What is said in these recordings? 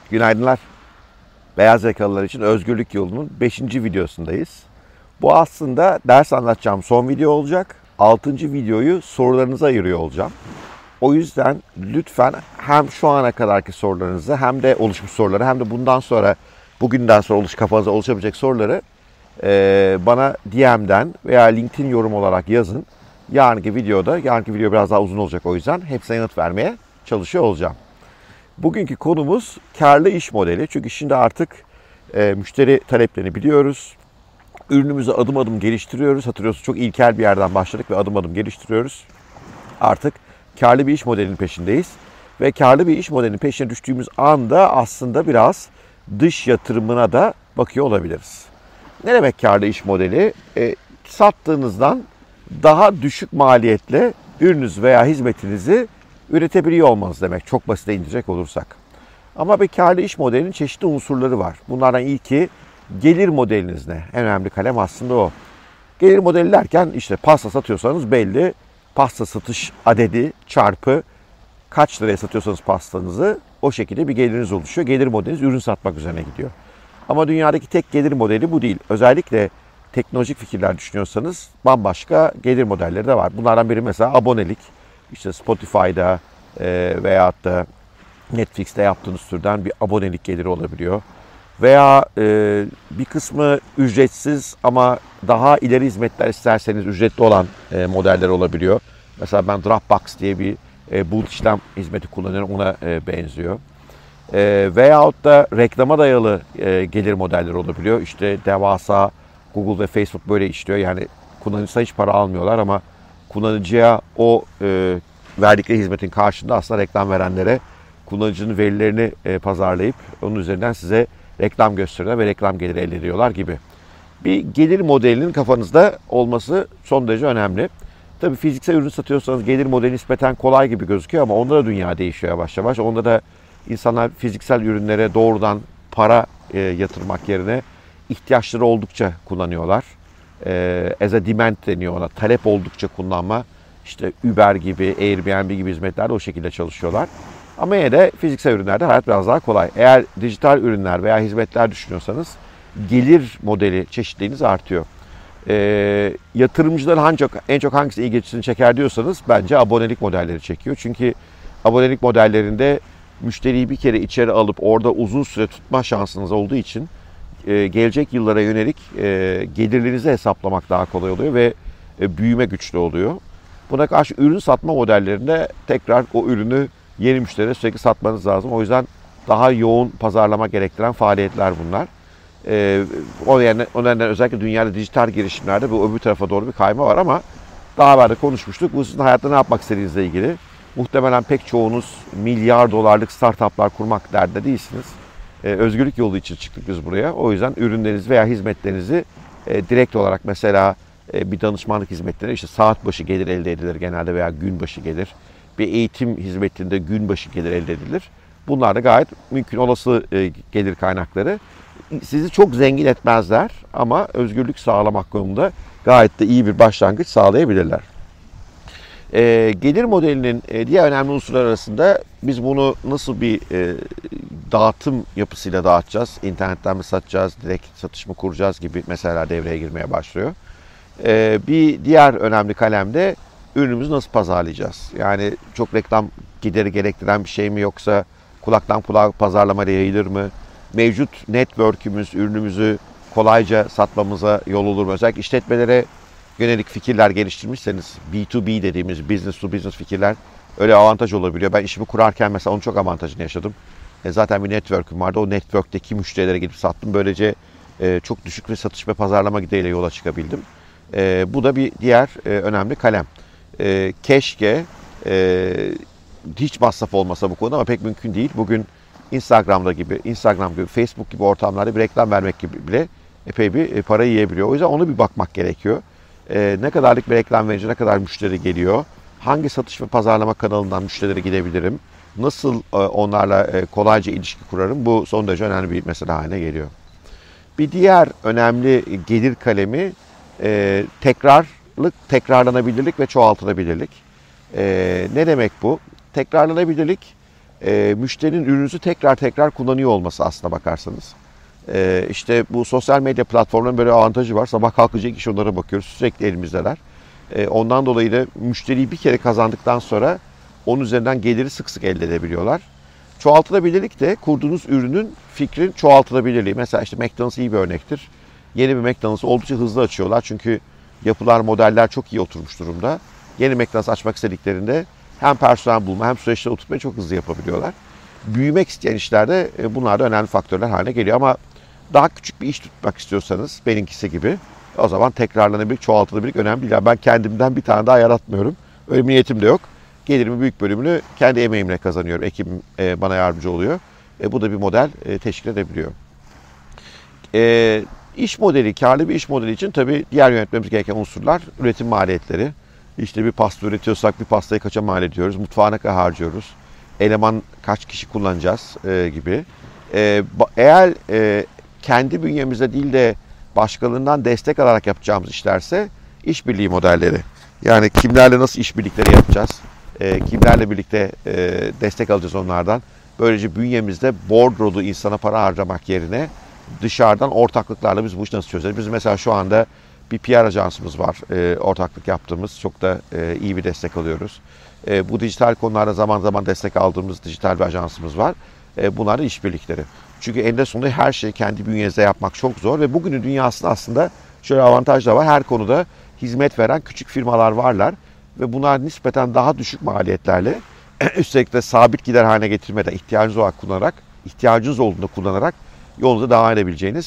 Günaydınlar. Beyaz yakalılar için özgürlük yolunun 5. videosundayız. Bu aslında ders anlatacağım son video olacak. 6. videoyu sorularınıza ayırıyor olacağım. O yüzden lütfen hem şu ana kadarki sorularınızı hem de oluşmuş soruları hem de bugünden sonra kafanıza oluşabilecek soruları bana DM'den veya LinkedIn yorum olarak yazın. Yarınki video biraz daha uzun olacak, o yüzden hepsine yanıt vermeye çalışıyor olacağım. Bugünkü konumuz karlı iş modeli. Çünkü şimdi artık müşteri taleplerini biliyoruz. Ürünümüzü adım adım geliştiriyoruz. Hatırlıyorsunuz, çok ilkel bir yerden başladık ve adım adım geliştiriyoruz. Artık karlı bir iş modelinin peşindeyiz. Ve karlı bir iş modelinin peşine düştüğümüz anda aslında biraz dış yatırımına da bakıyor olabiliriz. Ne demek karlı iş modeli? Sattığınızdan daha düşük maliyetle ürününüzü veya hizmetinizi üretebiliyor olmanız demek, çok basite indirecek olursak. Ama bir karlı iş modelinin çeşitli unsurları var. Bunlardan ilki gelir modeliniz ne? En önemli kalem aslında o. Gelir modeli derken işte pasta satıyorsanız belli. Pasta satış adedi çarpı kaç liraya satıyorsanız pastanızı, o şekilde bir geliriniz oluşuyor. Gelir modeliniz ürün satmak üzerine gidiyor. Ama dünyadaki tek gelir modeli bu değil. Özellikle teknolojik fikirler düşünüyorsanız bambaşka gelir modelleri de var. Bunlardan biri mesela abonelik. İşte Spotify'da veyahut da Netflix'te yaptığınız türden bir abonelik geliri olabiliyor. Veya bir kısmı ücretsiz ama daha ileri hizmetler isterseniz ücretli olan modeller olabiliyor. Mesela ben Dropbox diye bir bulut işlem hizmeti kullanıyorum, ona benziyor. Veyahut da reklama dayalı gelir modelleri olabiliyor. İşte devasa Google ve Facebook böyle işliyor. Yani kullanıcıdan hiç para almıyorlar ama kullanıcıya o verdikleri hizmetin karşılığında aslında reklam verenlere kullanıcının verilerini pazarlayıp onun üzerinden size reklam gösteriyorlar ve reklam geliri elde ediyorlar gibi. Bir gelir modelinin kafanızda olması son derece önemli. Tabii fiziksel ürün satıyorsanız gelir modeli nispeten kolay gibi gözüküyor ama onda da dünya değişiyor yavaş yavaş. Onda da insanlar fiziksel ürünlere doğrudan para yatırmak yerine ihtiyaçları oldukça kullanıyorlar. As a demand deniyor ona. Talep oldukça kullanma. İşte Uber gibi, Airbnb gibi hizmetlerde o şekilde çalışıyorlar. Ama yine de fiziksel ürünlerde hayat biraz daha kolay. Eğer dijital ürünler veya hizmetler düşünüyorsanız gelir modeli çeşitliliğiniz artıyor. Yatırımcıların en çok hangisi ilgisini çeker diyorsanız bence abonelik modelleri çekiyor. Çünkü abonelik modellerinde müşteriyi bir kere içeri alıp orada uzun süre tutma şansınız olduğu için gelecek yıllara yönelik gelirlerinizi hesaplamak daha kolay oluyor ve büyüme güçlü oluyor. Buna karşı ürün satma modellerinde tekrar o ürünü yeni müşterilere sürekli satmanız lazım. O yüzden daha yoğun pazarlama gerektiren faaliyetler bunlar. O nedenle özellikle dünyada dijital girişimlerde bu öbür tarafa doğru bir kayma var ama daha evvel de konuşmuştuk. Bu sizin hayatta ne yapmak istediğinizle ilgili. Muhtemelen pek çoğunuz milyar dolarlık startuplar kurmak derdinde değilsiniz. Özgürlük yolu için çıktık biz buraya. O yüzden ürünlerinizi veya hizmetlerinizi direkt olarak mesela bir danışmanlık hizmetleri işte saat başı gelir elde edilir genelde veya gün başı gelir. Bir eğitim hizmetinde gün başı gelir elde edilir. Bunlar da gayet mümkün olası gelir kaynakları. Sizi çok zengin etmezler ama özgürlük sağlamak konusunda gayet de iyi bir başlangıç sağlayabilirler. Gelir modelinin diğer önemli unsurlar arasında biz bunu nasıl bir dağıtım yapısıyla dağıtacağız? İnternetten mi satacağız, direkt satış mı kuracağız gibi meseleler devreye girmeye başlıyor. Bir diğer önemli kalemde ürünümüzü nasıl pazarlayacağız? Yani çok reklam gideri gerektiren bir şey mi, yoksa kulaktan kulağa pazarlamayla yayılır mı? Mevcut network'ümüz ürünümüzü kolayca satmamıza yol olur mu? Özellikle işletmelere yönelik fikirler geliştirmişseniz B2B dediğimiz business to business fikirler öyle avantaj olabiliyor. Ben işimi kurarken mesela onun çok avantajını yaşadım. Zaten bir network'üm vardı. O network'teki müşterilere gidip sattım. Böylece çok düşük bir satış ve pazarlama gideriyle yola çıkabildim. Bu da bir diğer önemli kalem. Keşke hiç masraf olmasa bu konuda ama pek mümkün değil. Bugün Instagram gibi, Facebook gibi ortamlarda bir reklam vermek gibi bile epey bir para yiyebiliyor. O yüzden ona bir bakmak gerekiyor. Ne kadarlık bir reklam verince ne kadar müşteri geliyor? Hangi satış ve pazarlama kanalından müşterilere gidebilirim? Nasıl onlarla kolayca ilişki kurarım? Bu son derece önemli bir mesele haline geliyor. Bir diğer önemli gelir kalemi tekrarlanabilirlik ve çoğaltılabilirlik. Ne demek bu? Tekrarlanabilirlik müşterinin ürününüzü tekrar kullanıyor olması aslına bakarsanız. İşte bu sosyal medya platformlarının böyle avantajı var. Sabah kalkacak kişi onlara bakıyoruz. Sürekli elimizdeler. Ondan dolayı da müşteriyi bir kere kazandıktan sonra onun üzerinden geliri sık sık elde edebiliyorlar. Çoğaltılabilirlik de kurduğunuz ürünün fikrin çoğaltılabilirliği. Mesela işte McDonald's iyi bir örnektir. Yeni bir McDonald's oldukça hızlı açıyorlar. Çünkü yapılar, modeller çok iyi oturmuş durumda. Yeni McDonald's açmak istediklerinde hem personel bulma hem süreçleri oturtmayı çok hızlı yapabiliyorlar. Büyümek isteyen işlerde bunlar da önemli faktörler haline geliyor. Ama daha küçük bir iş tutmak istiyorsanız benimkisi gibi o zaman tekrarlanabilir, çoğaltılabilir önemli değil. Yani ben kendimden bir tane daha yaratmıyorum. Öyle bir niyetim de yok. Gelirimin büyük bölümünü kendi emeğimle kazanıyorum. Ekibim bana yardımcı oluyor. Bu da bir model teşkil edebiliyor. İş modeli, karlı bir iş modeli için tabii diğer yönetmemiz gereken unsurlar üretim maliyetleri. İşte bir pasta üretiyorsak bir pastayı kaça mal ediyoruz, mutfağına kadar harcıyoruz, eleman kaç kişi kullanacağız gibi. Eğer kendi bünyemizde değil de başkalarından destek alarak yapacağımız işlerse işbirliği modelleri. Yani kimlerle nasıl işbirlikleri yapacağız, kimlerle birlikte destek alacağız onlardan. Böylece bünyemizde bordrolu insana para harcamak yerine dışarıdan ortaklıklarla biz bu işi nasıl çözeriz? Biz mesela şu anda bir PR ajansımız var, ortaklık yaptığımız. Çok da iyi bir destek alıyoruz. Bu dijital konularda zaman zaman destek aldığımız dijital bir ajansımız var. Bunlar da işbirlikleri. Çünkü eninde sonunda her şeyi kendi bünyenizde yapmak çok zor ve bugünün dünyasında aslında şöyle avantajlar var. Her konuda hizmet veren küçük firmalar varlar ve bunlar nispeten daha düşük maliyetlerle üstelik de sabit gider haline getirmeden ihtiyacınız olduğunda kullanarak yolunuza devam edebileceğiniz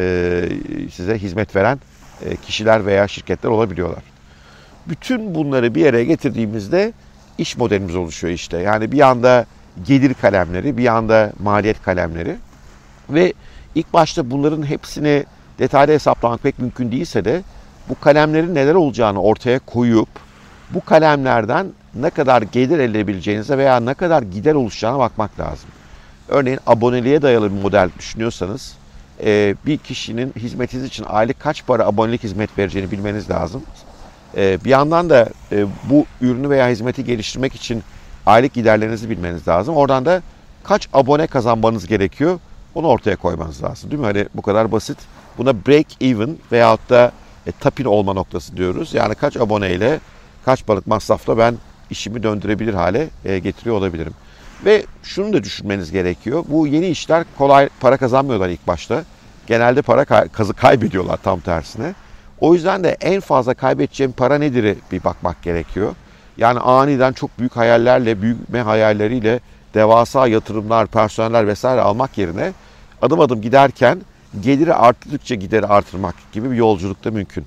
size hizmet veren kişiler veya şirketler olabiliyorlar. Bütün bunları bir araya getirdiğimizde iş modelimiz oluşuyor işte. Yani bir yanda gelir kalemleri, bir yanda maliyet kalemleri ve ilk başta bunların hepsini detaylı hesaplamak pek mümkün değilse de bu kalemlerin neler olacağını ortaya koyup bu kalemlerden ne kadar gelir elde edebileceğinize veya ne kadar gider oluşacağına bakmak lazım. Örneğin aboneliğe dayalı bir model düşünüyorsanız bir kişinin hizmetiniz için aylık kaç para abonelik hizmet vereceğini bilmeniz lazım. Bir yandan da bu ürünü veya hizmeti geliştirmek için aylık giderlerinizi bilmeniz lazım. Oradan da kaç abone kazanmanız gerekiyor onu ortaya koymanız lazım. Değil mi? Hani bu kadar basit. Buna break even veyahut da tapin olma noktası diyoruz. Yani kaç aboneyle kaç balık masrafla ben işimi döndürebilir hale getiriyor olabilirim. Ve şunu da düşünmeniz gerekiyor. Bu yeni işler kolay para kazanmıyorlar ilk başta. Genelde para kaybediyorlar tam tersine. O yüzden de en fazla kaybedeceğim para nedir bir bakmak gerekiyor. Yani aniden çok büyük hayallerle, büyüme hayalleriyle devasa yatırımlar, personeller vesaire almak yerine adım adım giderken geliri arttıkça gideri artırmak gibi bir yolculuk da mümkün.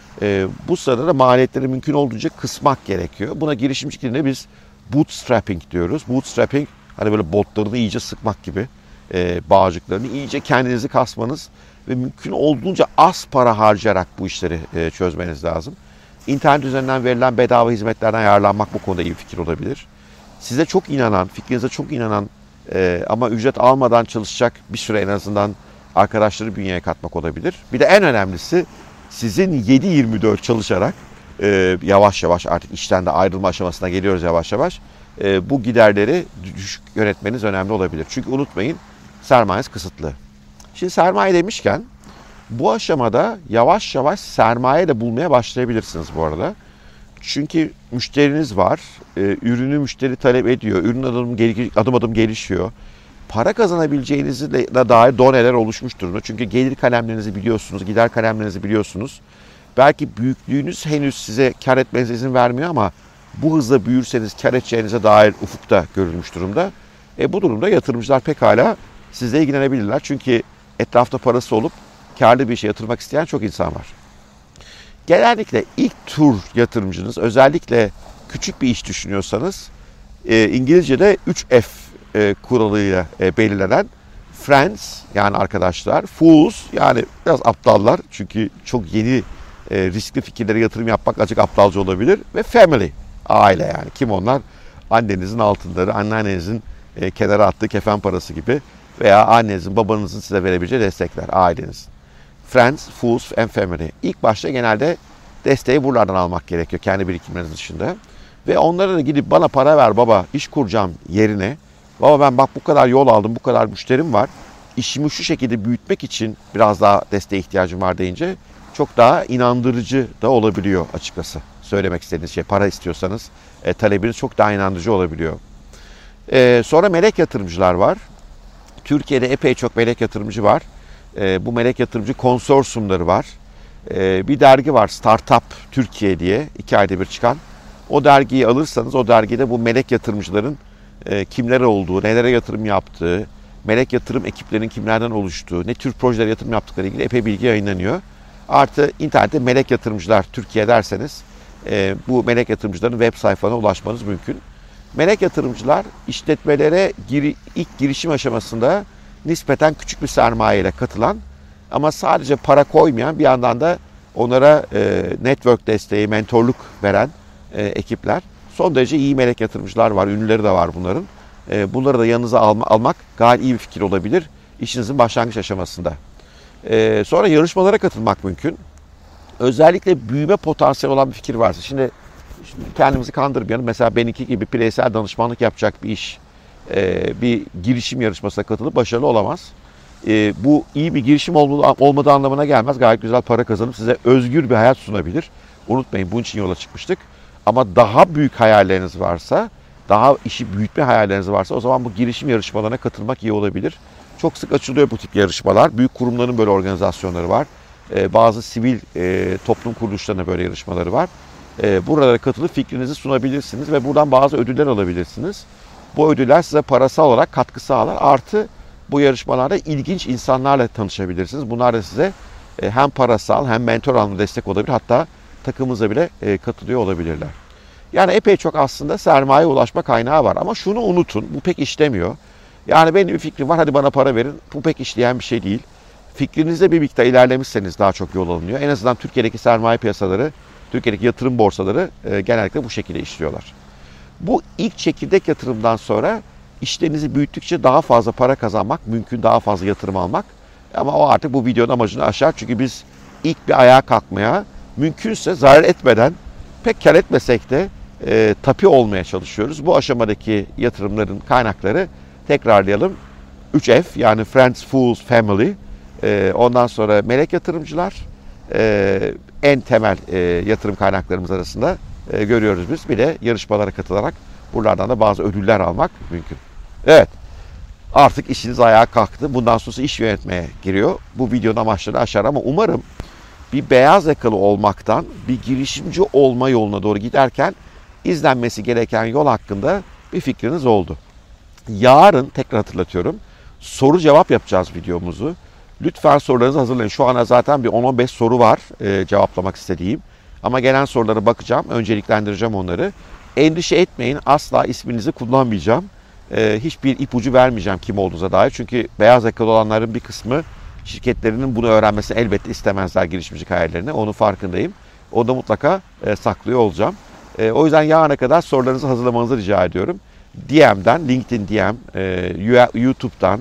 Bu sırada da maliyetleri mümkün olduğunca kısmak gerekiyor. Buna girişimcilik dilinde biz bootstrapping diyoruz. Bootstrapping hani böyle botlarını iyice sıkmak gibi, bağcıklarını iyice kendinizi kasmanız ve mümkün olduğunca az para harcayarak bu işleri çözmeniz lazım. İnternet üzerinden verilen bedava hizmetlerden yararlanmak bu konuda iyi bir fikir olabilir. Size çok inanan, fikrinize çok inanan ama ücret almadan çalışacak bir süre en azından arkadaşları bünyeye katmak olabilir. Bir de en önemlisi sizin 7/24 çalışarak yavaş yavaş artık işten de ayrılma aşamasına geliyoruz yavaş yavaş. Bu giderleri düşük yönetmeniz önemli olabilir. Çünkü unutmayın sermayeniz kısıtlı. Şimdi sermaye demişken bu aşamada yavaş yavaş sermaye de bulmaya başlayabilirsiniz bu arada. Çünkü müşteriniz var, ürünü müşteri talep ediyor, ürün adım adım gelişiyor. Para kazanabileceğinize dair doneler oluşmuş durumda. Çünkü gelir kalemlerinizi biliyorsunuz, gider kalemlerinizi biliyorsunuz. Belki büyüklüğünüz henüz size kar etmenize izin vermiyor ama bu hızla büyürseniz kar edeceğinize dair ufukta görülmüş durumda. Bu durumda yatırımcılar pekala sizle ilgilenebilirler. Çünkü etrafta parası olup karlı bir işe yatırmak isteyen çok insan var. Genellikle ilk tur yatırımcınız özellikle küçük bir iş düşünüyorsanız İngilizce'de 3F kuralıyla belirlenen friends yani arkadaşlar, fools yani biraz aptallar çünkü çok yeni riskli fikirlere yatırım yapmak azıcık aptalca olabilir ve family aile yani kim onlar? Annenizin altınları, anneannenizin kenara attığı kefen parası gibi veya annenizin babanızın size verebileceği destekler aileniz. Friends, fools and family. İlk başta genelde desteği buralardan almak gerekiyor kendi birikimleriniz dışında. Ve onlara da gidip bana para ver baba iş kuracağım yerine Baba ben bak bu kadar yol aldım, bu kadar müşterim var. İşimi şu şekilde büyütmek için biraz daha desteğe ihtiyacım var deyince çok daha inandırıcı da olabiliyor açıkçası. Söylemek istediğiniz şey, para istiyorsanız talebiniz çok daha inandırıcı olabiliyor. Sonra melek yatırımcılar var. Türkiye'de epey çok melek yatırımcı var. Bu melek yatırımcı konsorsiyumları var. Bir dergi var, Startup Türkiye diye, 2 ayda bir çıkan. O dergiyi alırsanız o dergide bu melek yatırımcıların kimler olduğu, nelere yatırım yaptığı, melek yatırım ekiplerinin kimlerden oluştuğu, ne tür projelere yatırım yaptıkları ilgili epey bilgi yayınlanıyor. Artı internette melek yatırımcılar Türkiye derseniz bu melek yatırımcıların web sayfalarına ulaşmanız mümkün. Melek yatırımcılar işletmelere ilk girişim aşamasında nispeten küçük bir sermaye ile katılan ama sadece para koymayan, bir yandan da onlara network desteği, mentorluk veren ekipler. Son derece iyi melek yatırımcılar var, ünlüleri de var bunların. Bunları da yanınıza almak gayet iyi bir fikir olabilir işinizin başlangıç aşamasında. Sonra yarışmalara katılmak mümkün. Özellikle büyüme potansiyeli olan bir fikir varsa. Şimdi kendimizi kandırmayalım. Mesela benimki gibi bireysel danışmanlık yapacak bir iş, bir girişim yarışmasına katılıp başarılı olamaz. Bu iyi bir girişim olmadığı anlamına gelmez. Gayet güzel para kazanıp size özgür bir hayat sunabilir. Unutmayın, bunun için yola çıkmıştık. Ama daha büyük hayalleriniz varsa, daha işi büyütme hayalleriniz varsa o zaman bu girişim yarışmalarına katılmak iyi olabilir. Çok sık açılıyor bu tip yarışmalar. Büyük kurumların böyle organizasyonları var. Bazı sivil toplum kuruluşlarına böyle yarışmaları var. Buralara katılıp fikrinizi sunabilirsiniz ve buradan bazı ödüller alabilirsiniz. Bu ödüller size parasal olarak katkı sağlar. Artı bu yarışmalarda ilginç insanlarla tanışabilirsiniz. Bunlar da size hem parasal hem mentor anlamda destek olabilir. Hatta takımınıza bile katılıyor olabilirler. Yani epey çok aslında sermaye ulaşma kaynağı var. Ama şunu unutun, bu pek işlemiyor. Yani benim bir fikrim var, hadi bana para verin. Bu pek işleyen bir şey değil. Fikrinizde bir miktar ilerlemişseniz daha çok yol alınıyor. En azından Türkiye'deki sermaye piyasaları, Türkiye'deki yatırım borsaları genellikle bu şekilde işliyorlar. Bu ilk çekirdek yatırımdan sonra işlerinizi büyüttükçe daha fazla para kazanmak mümkün, daha fazla yatırım almak. Ama o artık bu videonun amacını aşar. Çünkü biz ilk bir ayağa kalkmaya, mümkünse zarar etmeden, pek kar etmesek de tapi olmaya çalışıyoruz. Bu aşamadaki yatırımların kaynakları, tekrarlayalım, 3F yani Friends, Fools, Family, ondan sonra melek yatırımcılar, en temel yatırım kaynaklarımız arasında görüyoruz biz. Bir de yarışmalara katılarak buralardan da bazı ödüller almak mümkün. Evet, artık işiniz ayağa kalktı. Bundan sonra iş yönetmeye giriyor. Bu videonun amaçlarını aşar ama umarım bir beyaz yakalı olmaktan bir girişimci olma yoluna doğru giderken izlenmesi gereken yol hakkında bir fikriniz oldu. Yarın tekrar hatırlatıyorum, soru cevap yapacağız videomuzu. Lütfen sorularınızı hazırlayın. Şu ana zaten bir 10-15 soru var cevaplamak istediğim. Ama gelen sorulara bakacağım, önceliklendireceğim onları. Endişe etmeyin, asla isminizi kullanmayacağım. Hiçbir ipucu vermeyeceğim kim olduğunuza dair. Çünkü beyaz yakalı olanların bir kısmı şirketlerinin bunu öğrenmesini elbette istemezler, girişimcilik hayallerini. Onun farkındayım. Onu da mutlaka saklıyor olacağım. O yüzden yarına kadar sorularınızı hazırlamanızı rica ediyorum. DM'den, LinkedIn DM, YouTube'dan,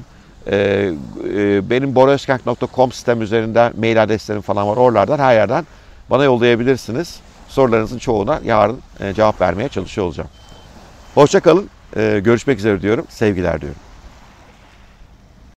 benim boraözkank.com sitem üzerinden mail adreslerim falan var. Oralardan, her yerden bana yollayabilirsiniz. Sorularınızın çoğuna yarın cevap vermeye çalışıyor olacağım. Hoşça kalın. Görüşmek üzere diyorum. Sevgiler diyorum.